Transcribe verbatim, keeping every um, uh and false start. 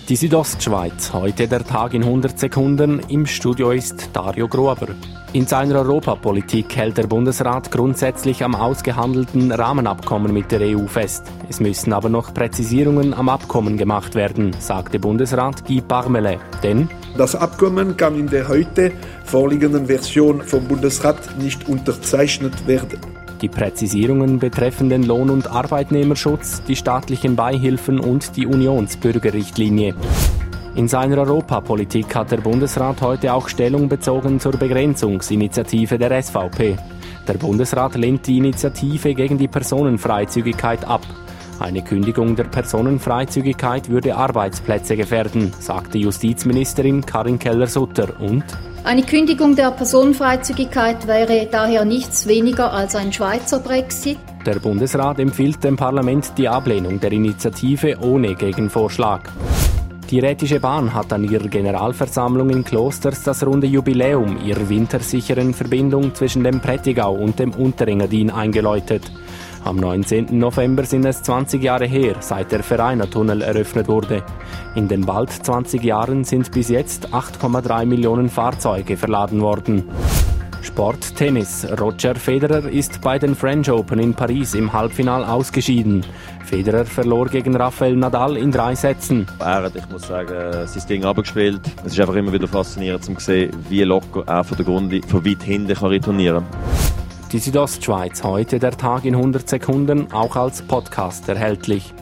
Die Südostschweiz, heute der Tag in hundert Sekunden. Im Studio ist Dario Gruber. In seiner Europapolitik hält der Bundesrat grundsätzlich am ausgehandelten Rahmenabkommen mit der E U fest. Es müssen aber noch Präzisierungen am Abkommen gemacht werden, sagte Bundesrat Guy Parmelin. Denn das Abkommen kann in der heute vorliegenden Version vom Bundesrat nicht unterzeichnet werden. Die Präzisierungen betreffen den Lohn- und Arbeitnehmerschutz, die staatlichen Beihilfen und die Unionsbürgerrichtlinie. In seiner Europapolitik hat der Bundesrat heute auch Stellung bezogen zur Begrenzungsinitiative der S V P. Der Bundesrat lehnt die Initiative gegen die Personenfreizügigkeit ab. Eine Kündigung der Personenfreizügigkeit würde Arbeitsplätze gefährden, sagte Justizministerin Karin Keller-Sutter. Und eine Kündigung der Personenfreizügigkeit wäre daher nichts weniger als ein Schweizer Brexit. Der Bundesrat empfiehlt dem Parlament die Ablehnung der Initiative ohne Gegenvorschlag. Die Rätische Bahn hat an ihrer Generalversammlung in Klosters das runde Jubiläum ihrer wintersicheren Verbindung zwischen dem Prättigau und dem Unterengadin eingeläutet. Am neunzehnten November sind es zwanzig Jahre her, seit der Vereiner-Tunnel eröffnet wurde. In den bald zwanzig Jahren sind bis jetzt acht Komma drei Millionen Fahrzeuge verladen worden. Sport, Tennis. Roger Federer ist bei den French Open in Paris im Halbfinale ausgeschieden. Federer verlor gegen Rafael Nadal in drei Sätzen. Er hat, ich muss sagen, sein Ding abgespielt. Es ist einfach immer wieder faszinierend zu sehen, wie locker er von der Grunde von weit hinten kann retournieren kann. Die Südostschweiz, heute der Tag in hundert Sekunden, auch als Podcast erhältlich.